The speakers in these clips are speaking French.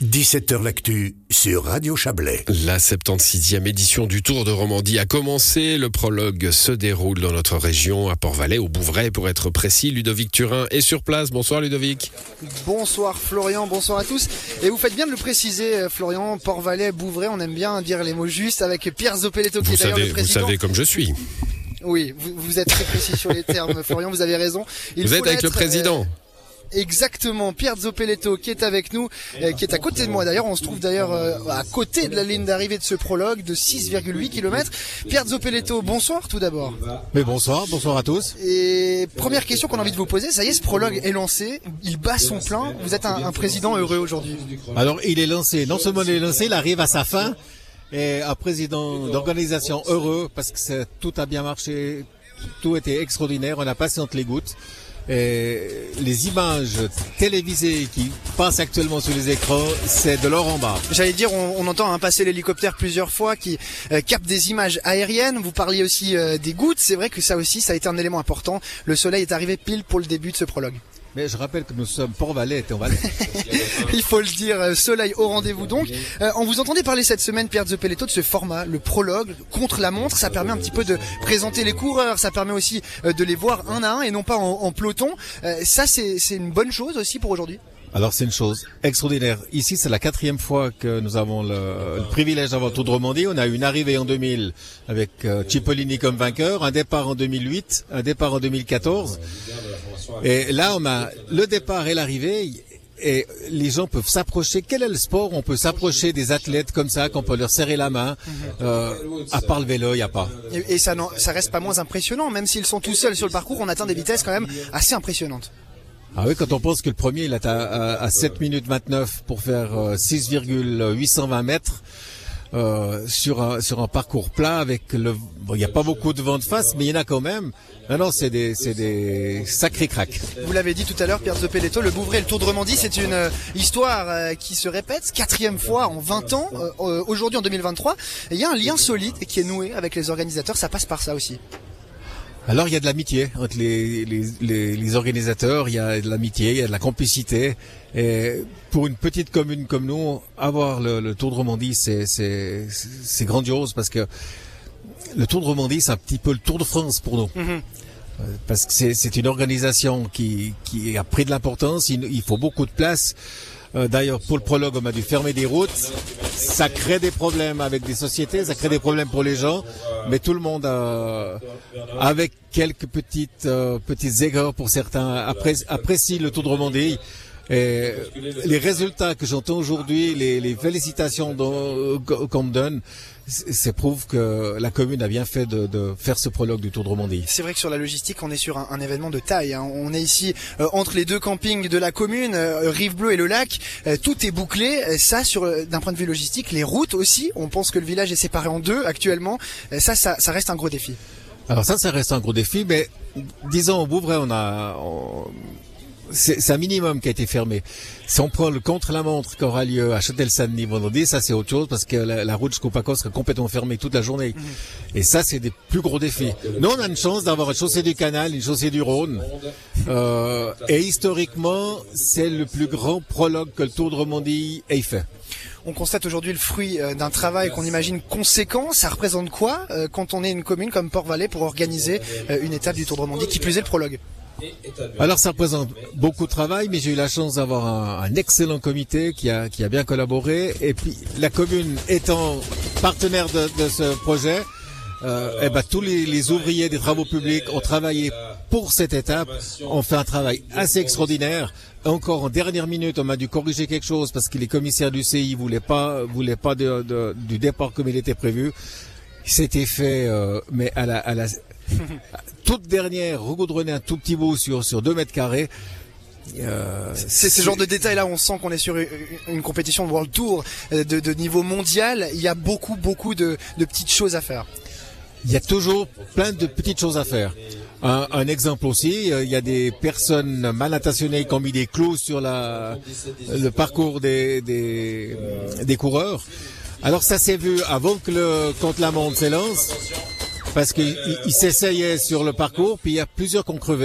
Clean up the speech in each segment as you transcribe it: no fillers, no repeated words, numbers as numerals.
17h l'actu sur Radio Chablais. La 76e édition du Tour de Romandie a commencé. Le prologue se déroule dans notre région, à Port-Valais, au Bouvray pour être précis. Ludovic Turin est sur place. Bonsoir Ludovic. Bonsoir Florian, bonsoir à tous. Et vous faites bien de le préciser Florian, Port-Valais, Bouvray, on aime bien dire les mots justes avec Pierre Zopeletto qui est d'ailleurs le président. Vous savez comme je suis. Oui, vous êtes très précis sur les termes Florian, vous avez raison. Vous êtes avec le président. Exactement, Pierre Zopeletto qui est avec nous, qui est à côté de moi d'ailleurs. On se trouve d'ailleurs à côté de la ligne d'arrivée de ce prologue de 6,8 km. Pierre Zopeletto, bonsoir tout d'abord. Mais bonsoir à tous. Et première question qu'on a envie de vous poser, ça y est, ce prologue est lancé, il bat son plein. Vous êtes un président heureux aujourd'hui. Alors il est lancé, non seulement il est lancé, il arrive à sa fin. Et un président d'organisation heureux parce que tout a bien marché, tout était extraordinaire, on a passé entre les gouttes. Et les images télévisées qui passent actuellement sur les écrans, c'est de l'or en bas. J'allais dire, on entend passer l'hélicoptère plusieurs fois qui capte des images aériennes. Vous parliez aussi des gouttes, c'est vrai que ça aussi, ça a été un élément important. Le soleil est arrivé pile pour le début de ce prologue. Mais je rappelle que nous sommes Port-Valais et en Valais. Il faut le dire, soleil au rendez-vous donc. On vous entendait parler cette semaine, Pierre Zopeletto, de ce format, le prologue contre la montre. Ça permet un petit peu de présenter les coureurs, ça permet aussi de les voir un à un et non pas en peloton. Ça, c'est une bonne chose aussi pour aujourd'hui. Alors c'est une chose extraordinaire. Ici, c'est la 4e fois que nous avons le privilège d'avoir le Tour de Romandie. On a eu une arrivée en 2000 avec Cipollini comme vainqueur, un départ en 2008, un départ en 2014. Et là, on a le départ et l'arrivée. Et les gens peuvent s'approcher. Quel est le sport? On peut s'approcher des athlètes comme ça, qu'on peut leur serrer la main. À part le vélo, il n'y a pas. Et ça reste pas moins impressionnant. Même s'ils sont tout seuls sur le parcours, on atteint des vitesses quand même assez impressionnantes. Ah oui, quand on pense que le premier, il est à 7 minutes 29 pour faire 6,820 mètres. Sur un parcours plat avec il n'y a pas beaucoup de vent de face, mais il y en a quand même. Non, c'est des sacrés cracks. Vous l'avez dit tout à l'heure, Pierre Zopeletto, le Bouvray, le Tour de Romandie, c'est une histoire qui se répète, 4e fois en 20 ans, aujourd'hui en 2023. Et il y a un lien solide qui est noué avec les organisateurs, ça passe par ça aussi. Alors il y a de l'amitié entre les organisateurs, il y a de l'amitié, il y a de la complicité. Et pour une petite commune comme nous, avoir le Tour de Romandie, c'est grandiose parce que le Tour de Romandie, c'est un petit peu le Tour de France pour nous. Parce que c'est une organisation qui a pris de l'importance, il faut beaucoup de place. D'ailleurs, pour le prologue, on a dû fermer des routes. Ça crée des problèmes avec des sociétés, ça crée des problèmes pour les gens. Mais tout le monde, avec quelques petites aigreurs pour certains, apprécie le Tour de Romandie. Et les résultats que j'entends aujourd'hui, les félicitations qu'on me donne, ça prouve que la commune a bien fait de faire ce prologue du Tour de Romandie. C'est vrai que sur la logistique, on est sur un événement de taille. On est ici entre les deux campings de la commune, Rive Bleue et le lac. Tout est bouclé. Ça, d'un point de vue logistique, les routes aussi. On pense que le village est séparé en deux actuellement. Ça reste un gros défi. Alors ça reste un gros défi, mais disons au Bouvray, c'est un minimum qui a été fermé. Si on prend le contre-la-montre qui aura lieu à Châtel-Saint-Denis vendredi, ça c'est autre chose parce que la route jusqu'au Pacos sera complètement fermée toute la journée. Et ça, c'est des plus gros défis. Nous, on a une chance d'avoir une chaussée du Canal, une chaussée du Rhône. Et historiquement, c'est le plus grand prologue que le Tour de Romandie ait fait. On constate aujourd'hui le fruit d'un travail qu'on imagine conséquent. Ça représente quoi quand on est une commune comme Port-Valais pour organiser une étape du Tour de Romandie, qui plus est le prologue? Alors ça représente beaucoup de travail, mais j'ai eu la chance d'avoir un excellent comité qui a bien collaboré. Et puis la commune étant partenaire de ce projet, tous les ouvriers des travaux publics ont travaillé pour cette étape. On fait un travail assez extraordinaire. Encore en dernière minute, on m'a dû corriger quelque chose parce que les commissaires du CI voulaient pas du départ comme il était prévu. C'était fait, mais à la toute dernière, regoudronner un tout petit bout sur 2 mètres carrés. C'est ce genre de détails là, on sent qu'on est sur une compétition de World Tour de niveau mondial. Il y a beaucoup de petites choses à faire. Il y a toujours plein de petites choses à faire. Un exemple aussi, il y a des personnes mal intentionnées qui ont mis des clous sur le parcours des coureurs. Alors ça s'est vu avant que le contre-la-montre s'élance, parce qu'il s'essayait sur le parcours, puis il y a plusieurs qui ont crevé.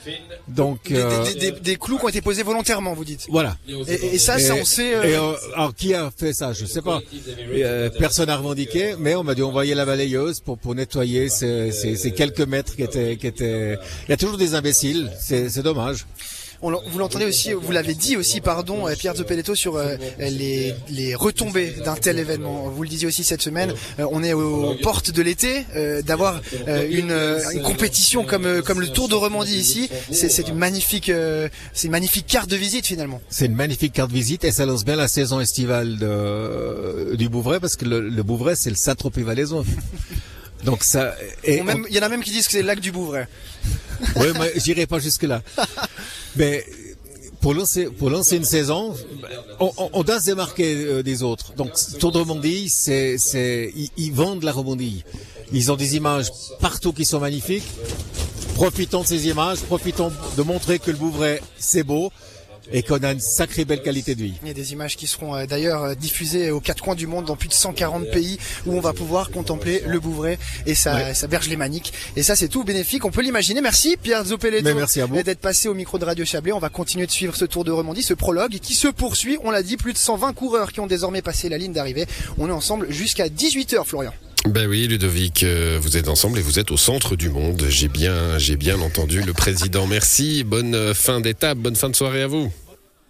Donc Des clous qui ont été posés volontairement, vous dites. voilà. Et ça on sait. Alors qui a fait ça? Je sais pas. Personne n'a revendiqué, mais on m'a dit envoyer la balayeuse pour nettoyer ces quelques mètres qui étaient. Il y a toujours des imbéciles. C'est dommage. Vous l'entendez aussi, vous l'avez dit aussi, pardon, Pierre Zoppeletto, sur les retombées d'un tel événement. Vous le disiez aussi cette semaine, on est aux portes de l'été, d'avoir une compétition comme le Tour de Romandie ici, c'est une magnifique carte de visite finalement. C'est une magnifique carte de visite et ça lance bien la saison estivale du Bouvray, parce que le Bouvray c'est le Saint-Tropez-Valaisan. Donc ça. Il y en a même qui disent que c'est le lac du Bouvray. Oui, mais j'irai pas jusque là. Mais pour lancer une saison, on doit se démarquer des autres. Donc Tour de Romandie, ils vendent la Romandie. Ils ont des images partout qui sont magnifiques. Profitons de ces images, profitons de montrer que le Bouvray c'est beau et qu'on a une sacrée belle qualité de vie. Il y a des images qui seront d'ailleurs diffusées aux quatre coins du monde dans plus de 140 pays où on va pouvoir contempler le Bouvray et sa berge lémanique. Et ça, c'est tout bénéfique, on peut l'imaginer. Merci Pierre Zoppeletto d'être passé au micro de Radio Chablais. On va continuer de suivre ce Tour de Romandie, ce prologue qui se poursuit. On l'a dit, plus de 120 coureurs qui ont désormais passé la ligne d'arrivée. On est ensemble jusqu'à 18h, Florian. Ben oui, Ludovic, vous êtes ensemble et vous êtes au centre du monde. J'ai bien entendu le président. Merci, bonne fin d'étape, bonne fin de soirée à vous.